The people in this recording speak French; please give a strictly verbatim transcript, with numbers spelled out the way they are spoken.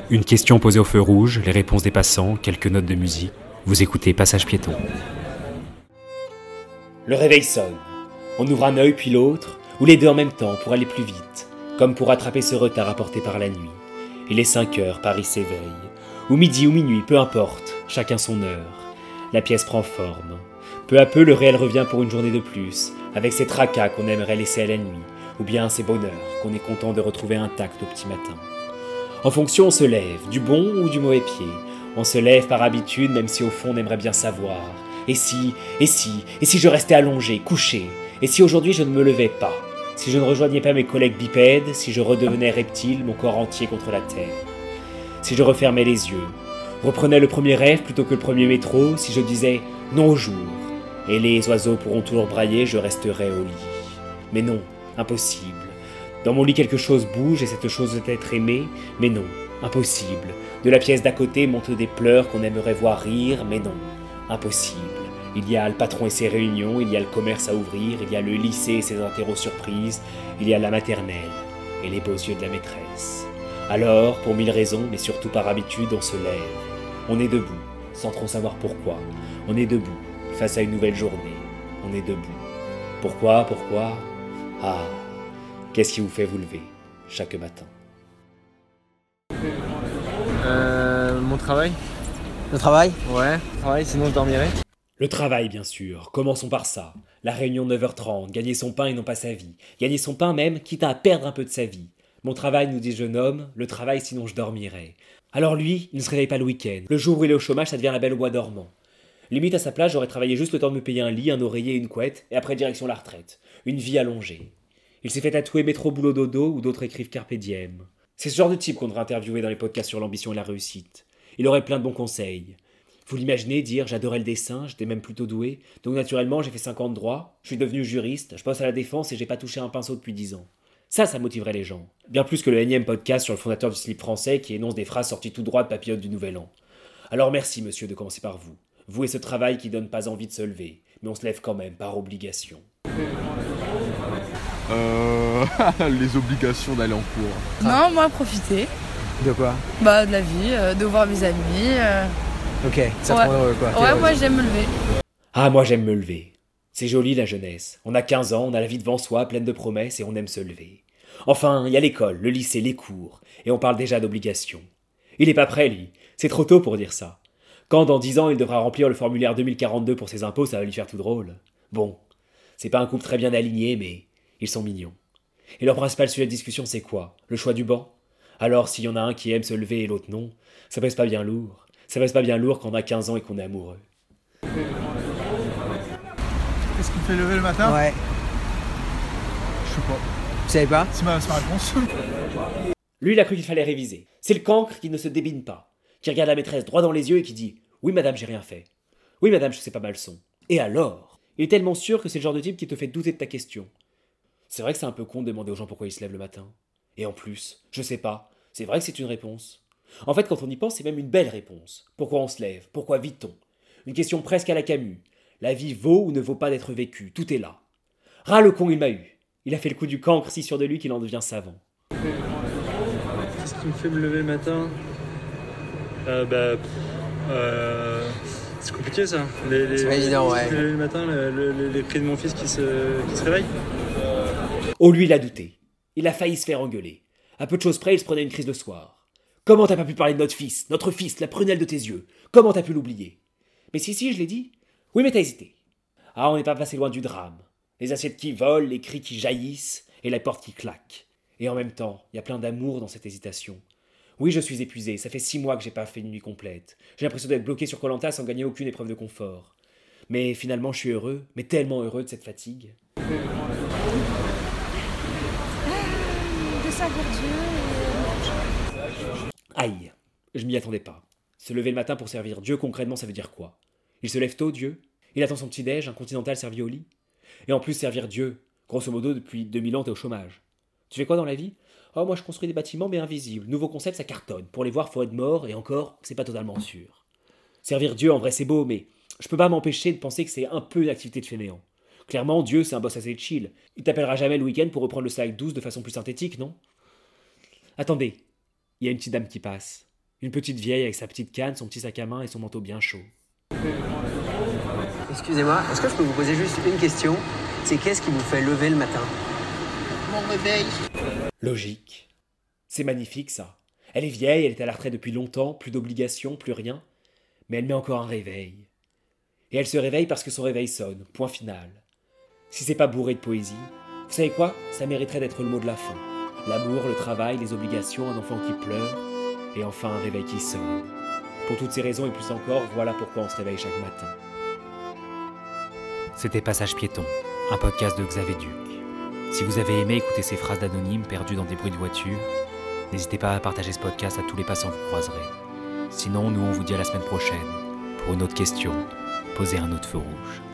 Une question posée au feu rouge, les réponses des passants, quelques notes de musique. Vous écoutez Passage piéton. Le réveil sonne. On ouvre un œil puis l'autre, ou les deux en même temps pour aller plus vite, comme pour rattraper ce retard apporté par la nuit. Il est cinq heures, Paris s'éveille. Ou midi ou minuit, peu importe, chacun son heure. La pièce prend forme. Peu à peu, le réel revient pour une journée de plus, avec ses tracas qu'on aimerait laisser à la nuit, ou bien ses bonheurs qu'on est content de retrouver intacts au petit matin. En fonction, on se lève, du bon ou du mauvais pied. On se lève par habitude, même si au fond on aimerait bien savoir. Et si, et si, et si je restais allongé, couché? Et si aujourd'hui je ne me levais pas? Si je ne rejoignais pas mes collègues bipèdes? Si je redevenais reptile, mon corps entier contre la terre? Si je refermais les yeux, reprenais le premier rêve plutôt que le premier métro? Si je disais non au jour, et les oiseaux pourront toujours brailler, je resterais au lit. Mais non, impossible. Dans mon lit, quelque chose bouge et cette chose doit être aimée, mais non, impossible. De la pièce d'à côté montent des pleurs qu'on aimerait voir rire, mais non, impossible. Il y a le patron et ses réunions, il y a le commerce à ouvrir, il y a le lycée et ses interros surprises, il y a la maternelle et les beaux yeux de la maîtresse. Alors, pour mille raisons, mais surtout par habitude, on se lève. On est debout, sans trop savoir pourquoi. On est debout, face à une nouvelle journée. On est debout. Pourquoi, pourquoi? Ah, qu'est-ce qui vous fait vous lever chaque matin? Euh, mon travail. Le travail? Ouais, travail, sinon je dormirai. Le travail, bien sûr. Commençons par ça. La réunion de neuf heures trente, gagner son pain et non pas sa vie. Gagner son pain même, quitte à perdre un peu de sa vie. Mon travail, nous dit le jeune homme, le travail sinon je dormirai. Alors lui, il ne se réveille pas le week-end. Le jour où il est au chômage, ça devient la belle au bois dormant. Limite à sa place, j'aurais travaillé juste le temps de me payer un lit, un oreiller et une couette, et après direction la retraite. Une vie allongée. Il s'est fait tatouer métro boulot dodo ou d'autres écrivent carpe diem. C'est ce genre de type qu'on devrait interviewer dans les podcasts sur l'ambition et la réussite. Il aurait plein de bons conseils. Vous l'imaginez dire « j'adorais le dessin, j'étais même plutôt doué, donc naturellement j'ai fait cinquante droits, je suis devenu juriste, je bosse à la défense et j'ai pas touché un pinceau depuis dix ans. » Ça, ça motiverait les gens. Bien plus que le énième podcast sur le fondateur du slip français qui énonce des phrases sorties tout droit de papillotes du Nouvel An. Alors merci monsieur de commencer par vous. Vous et ce travail qui donne pas envie de se lever, mais on se lève quand même par obligation. Euh... les obligations d'aller en cours. Non, moi, profiter. De quoi? Bah, de la vie, euh, de voir mes amis. euh. Ok, ça Ouais. te rend heureux quoi. T'es Ouais, heureuse. moi, j'aime me lever. Ah, moi j'aime me lever. C'est joli la jeunesse. On a quinze ans, on a la vie devant soi, pleine de promesses, et on aime se lever. Enfin, il y a l'école, le lycée, les cours, et on parle déjà d'obligations. Il est pas prêt, lui. C'est trop tôt pour dire ça. Quand dans dix ans il devra remplir le formulaire deux mille quarante-deux pour ses impôts, ça va lui faire tout drôle. Bon, c'est pas un couple très bien aligné, mais ils sont mignons. Et leur principal sujet de discussion, c'est quoi? Le choix du banc? Alors, s'il y en a un qui aime se lever et l'autre non, ça pèse pas bien lourd. Ça pèse pas bien lourd quand on a quinze ans et qu'on est amoureux. Qu'est-ce qui me fait lever le matin? Ouais. Je sais pas. Tu savais pas? C'est ma, c'est ma réponse. Lui, il a cru qu'il fallait réviser. C'est le cancre qui ne se débine pas, qui regarde la maîtresse droit dans les yeux et qui dit « Oui, madame, j'ai rien fait. Oui, madame, je sais pas ma leçon. » Et alors? Il est tellement sûr que c'est le genre de type qui te fait douter de ta question. C'est vrai que c'est un peu con de demander aux gens pourquoi ils se lèvent le matin. Et en plus, je sais pas, c'est vrai que c'est une réponse. En fait, quand on y pense, c'est même une belle réponse. Pourquoi on se lève? Pourquoi vit-on? Une question presque à la Camus. La vie vaut ou ne vaut pas d'être vécue, tout est là. Ras le con, il m'a eu. Il a fait le coup du cancre si sûr de lui qu'il en devient savant. Qu'est-ce qui me fait me lever le matin? Euh, bah. pff, Euh, c'est compliqué ça. Les, les, C'est pas évident, ouais. Le, le matin, le, le, les cris de mon fils qui se, qui se réveille. Oh, lui, il a douté. Il a failli se faire engueuler. À peu de choses près, il se prenait une crise de soir. Comment t'as pas pu parler de notre fils, notre fils, la prunelle de tes yeux? Comment t'as pu l'oublier? Mais si, si, je l'ai dit. Oui, mais t'as hésité. Ah, on n'est pas passé loin du drame. Les assiettes qui volent, les cris qui jaillissent, et la porte qui claque. Et en même temps, il y a plein d'amour dans cette hésitation. Oui, je suis épuisé, ça fait six mois que j'ai pas fait une nuit complète. J'ai l'impression d'être bloqué sur Koh Lanta sans gagner aucune épreuve de confort. Mais finalement, je suis heureux, mais tellement heureux de cette fatigue. De servir Dieu. Aïe, je m'y attendais pas. Se lever le matin pour servir Dieu, concrètement, ça veut dire quoi? Il se lève tôt, Dieu? Il attend son petit-déj, un continental servi au lit? Et en plus, servir Dieu, grosso modo, depuis deux mille ans, t'es au chômage. Tu fais quoi dans la vie? Oh, moi je construis des bâtiments mais invisibles. Nouveau concept, ça cartonne. Pour les voir, faut être mort, et encore, c'est pas totalement sûr. Servir Dieu, en vrai, c'est beau, mais je peux pas m'empêcher de penser que c'est un peu une activité de fainéant. Clairement, Dieu, c'est un boss assez chill. Il t'appellera jamais le week-end pour reprendre le slide douze de façon plus synthétique, non? Attendez, il y a une petite dame qui passe. Une petite vieille avec sa petite canne, son petit sac à main et son manteau bien chaud. Excusez-moi, est-ce que je peux vous poser juste une question? C'est qu'est-ce qui vous fait lever le matin? Mon réveil. Logique. C'est magnifique ça. Elle est vieille, elle est à la retraite depuis longtemps, plus d'obligations, plus rien. Mais elle met encore un réveil. Et elle se réveille parce que son réveil sonne, point final. Si c'est pas bourré de poésie, vous savez quoi? Ça mériterait d'être le mot de la fin. L'amour, le travail, les obligations, un enfant qui pleure, et enfin un réveil qui sonne. Pour toutes ces raisons et plus encore, voilà pourquoi on se réveille chaque matin. C'était Passage Piéton, un podcast de Xavier Duc. Si vous avez aimé écouter ces phrases d'anonymes perdues dans des bruits de voiture, n'hésitez pas à partager ce podcast à tous les passants que vous croiserez. Sinon, nous on vous dit à la semaine prochaine, pour une autre question, posez un autre feu rouge.